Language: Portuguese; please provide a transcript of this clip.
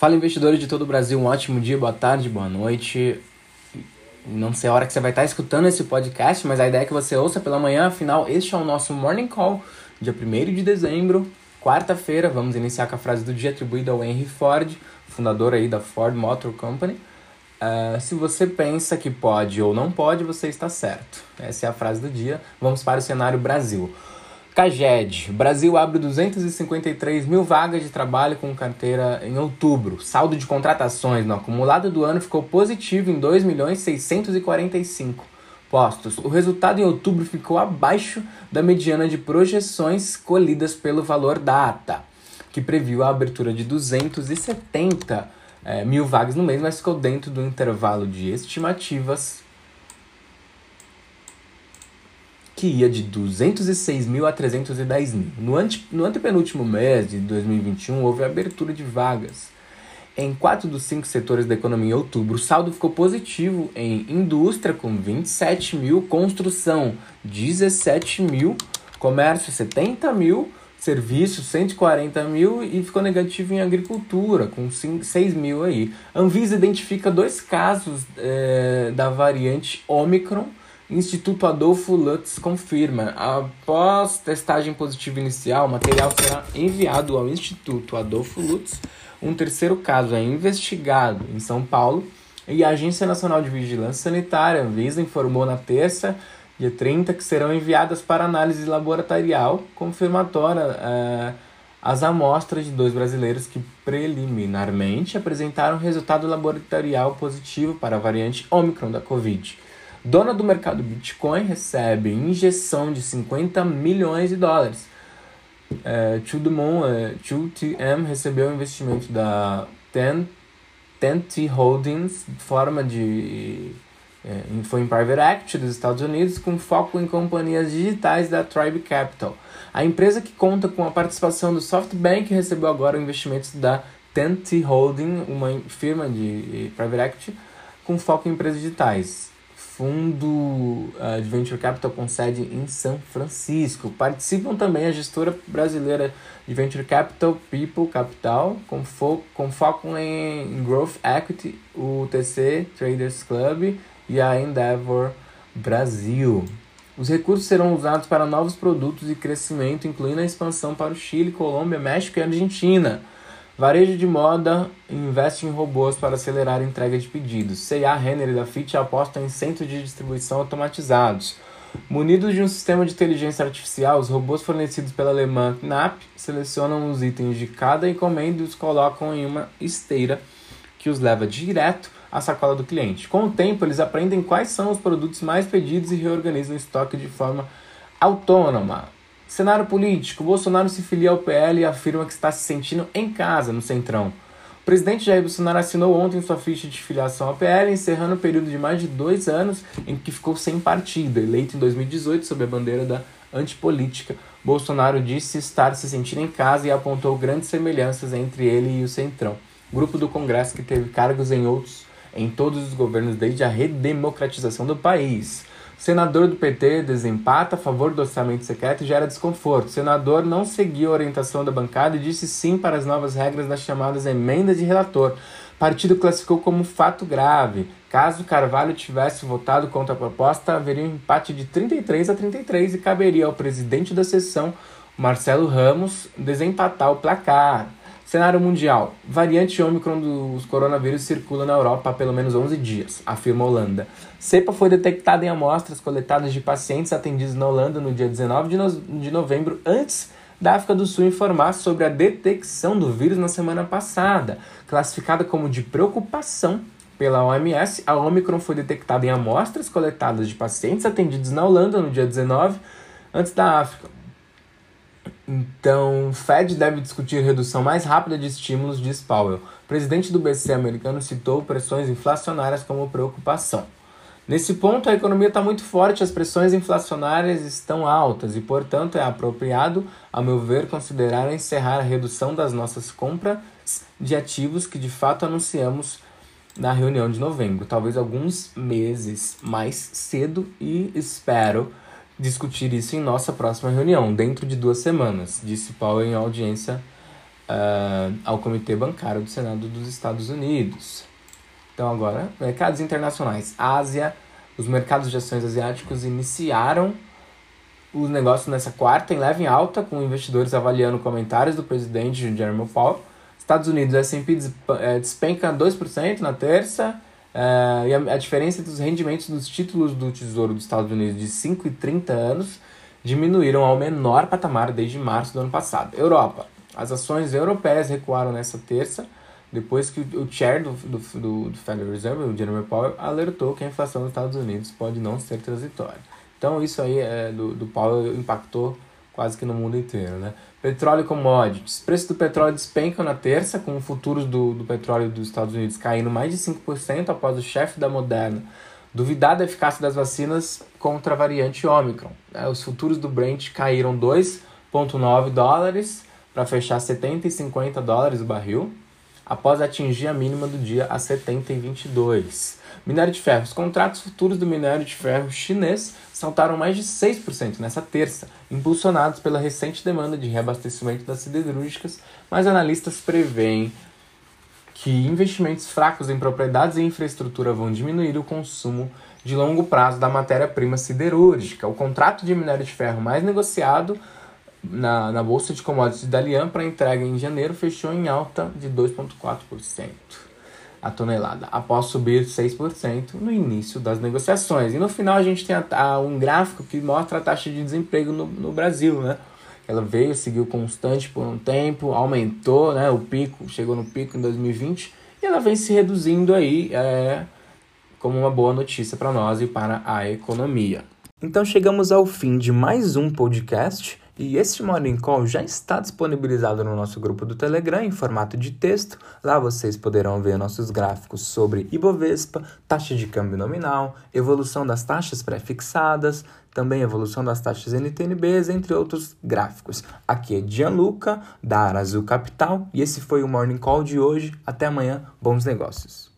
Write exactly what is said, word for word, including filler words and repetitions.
Fala, investidores de todo o Brasil, um ótimo dia, boa tarde, boa noite. Não sei a hora que você vai estar escutando esse podcast, mas a ideia é que você ouça pela manhã, afinal, este é o nosso Morning Call, dia primeiro de dezembro, quarta-feira. Vamos iniciar com a frase do dia atribuída ao Henry Ford, fundador aí da Ford Motor Company. Uh, se você pensa que pode ou não pode, você está certo. Essa é a frase do dia. Vamos para o cenário Brasil. Caged. Brasil abre duzentas e cinquenta e três mil vagas de trabalho com carteira em outubro. Saldo de contratações no acumulado do ano ficou positivo em dois milhões seiscentos e quarenta e cinco postos. O resultado em outubro ficou abaixo da mediana de projeções colhidas pelo Valor Data, que previu a abertura de duzentas e setenta é, mil vagas no mês, mas ficou dentro do intervalo de estimativas que ia de duzentos e seis mil a trezentos e dez mil. No, ante, no antepenúltimo mês de dois mil e vinte e um, houve abertura de vagas em quatro dos cinco setores da economia em outubro. O saldo ficou positivo em indústria, com vinte e sete mil, construção, dezessete mil, comércio, setenta mil, serviços, cento e quarenta mil, e ficou negativo em agricultura, com seis mil aí. Anvisa identifica dois casos é, da variante Ômicron. Instituto Adolfo Lutz confirma. Após testagem positiva inicial, o material será enviado ao Instituto Adolfo Lutz. Um terceiro caso é investigado em São Paulo e a Agência Nacional de Vigilância Sanitária, Anvisa, informou na terça, dia trinta, que serão enviadas para análise laboratorial confirmatória eh, as amostras de dois brasileiros que preliminarmente apresentaram resultado laboratorial positivo para a variante Ômicron da Covid. Dona do mercado Bitcoin recebe injeção de cinquenta milhões de dólares. É, two T M recebeu investimento da ten T Holdings, forma de é, foi em Private Equity dos Estados Unidos, com foco em companhias digitais da Tribe Capital. A empresa, que conta com a participação do SoftBank, recebeu agora o investimento da ten T Holding, uma firma de Private Equity com foco em empresas digitais. Fundo uh, de Venture Capital com sede em São Francisco. Participam também a gestora brasileira de Venture Capital, People Capital, com, fo- com foco em Growth Equity, o T C Traders Club e a Endeavor Brasil. Os recursos serão usados para novos produtos e crescimento, incluindo a expansão para o Chile, Colômbia, México e Argentina. Varejo de moda investe em robôs para acelerar a entrega de pedidos. C e A, Renner e Lafite apostam em centros de distribuição automatizados. Munidos de um sistema de inteligência artificial, os robôs fornecidos pela alemã K N A P selecionam os itens de cada encomenda e os colocam em uma esteira que os leva direto à sacola do cliente. Com o tempo, eles aprendem quais são os produtos mais pedidos e reorganizam o estoque de forma autônoma. Cenário político. Bolsonaro se filia ao P L e afirma que está se sentindo em casa no Centrão. O presidente Jair Bolsonaro assinou ontem sua ficha de filiação ao P L, encerrando o período de mais de dois anos em que ficou sem partido. Eleito em dois mil e dezoito sob a bandeira da antipolítica, Bolsonaro disse estar se sentindo em casa e apontou grandes semelhanças entre ele e o Centrão, grupo do Congresso que teve cargos em outros, em todos os governos desde a redemocratização do país. Senador do P T desempata a favor do orçamento secreto e gera desconforto. O senador não seguiu a orientação da bancada e disse sim para as novas regras das chamadas emendas de relator. O partido classificou como fato grave. Caso Carvalho tivesse votado contra a proposta, haveria um empate de trinta e três a trinta e três e caberia ao presidente da sessão, Marcelo Ramos, desempatar o placar. Cenário mundial. Variante Ômicron dos coronavírus circula na Europa há pelo menos onze dias, afirma a Holanda. Cepa foi detectada em amostras coletadas de pacientes atendidos na Holanda no dia dezenove de, no... de novembro, antes da África do Sul informar sobre a detecção do vírus na semana passada. Classificada como de preocupação pela O M S, a Ômicron foi detectada em amostras coletadas de pacientes atendidos na Holanda no dia dezenove, antes da África. Então, o Fed deve discutir redução mais rápida de estímulos, diz Powell. O presidente do B C americano citou pressões inflacionárias como preocupação. Nesse ponto, a economia está muito forte, as pressões inflacionárias estão altas e, portanto, é apropriado, a meu ver, considerar encerrar a redução das nossas compras de ativos que, de fato, anunciamos na reunião de novembro. Talvez alguns meses mais cedo e espero discutir isso em nossa próxima reunião, dentro de duas semanas, disse Powell em audiência uh, ao Comitê Bancário do Senado dos Estados Unidos. Então agora, mercados internacionais. Ásia, os mercados de ações asiáticos iniciaram os negócios nessa quarta em leve alta, com investidores avaliando comentários do presidente Jerome Powell. Estados Unidos, S and P despenca dois por cento na terça, uh, e a, a diferença entre os rendimentos dos títulos do Tesouro dos Estados Unidos de cinco e trinta anos diminuíram ao menor patamar desde março do ano passado. Europa. As ações europeias recuaram nessa terça, depois que o chair do, do, do, do Federal Reserve, o Jerome Powell, alertou que a inflação dos Estados Unidos pode não ser transitória. Então isso aí é, do, do Powell impactou quase que no mundo inteiro, né? Petróleo e commodities. Preço do petróleo despencam na terça, com os futuros do, do petróleo dos Estados Unidos caindo mais de cinco por cento após o chefe da Moderna duvidar da eficácia das vacinas contra a variante Omicron. Os futuros do Brent caíram dois vírgula nove dólares para fechar setenta e cinquenta dólares o barril, após atingir a mínima do dia a setenta e vinte e dois. Minério de ferro. Os contratos futuros do minério de ferro chinês saltaram mais de seis por cento nessa terça, impulsionados pela recente demanda de reabastecimento das siderúrgicas, mas analistas preveem que investimentos fracos em propriedades e infraestrutura vão diminuir o consumo de longo prazo da matéria-prima siderúrgica. O contrato de minério de ferro mais negociado na, na Bolsa de Commodities da Dalian para entrega em janeiro fechou em alta de dois vírgula quatro por cento a tonelada, após subir seis por cento no início das negociações. E no final a gente tem a, a, um gráfico que mostra a taxa de desemprego no, no Brasil, né? Ela veio, seguiu constante por um tempo, aumentou, né? O pico, chegou no pico em dois mil e vinte, e ela vem se reduzindo aí é, como uma boa notícia para nós e para a economia. Então chegamos ao fim de mais um podcast, e este Morning Call já está disponibilizado no nosso grupo do Telegram em formato de texto. Lá vocês poderão ver nossos gráficos sobre Ibovespa, taxa de câmbio nominal, evolução das taxas pré-fixadas, também evolução das taxas N T N Bs, entre outros gráficos. Aqui é Gianluca, da Arazu Capital, e esse foi o Morning Call de hoje. Até amanhã, bons negócios.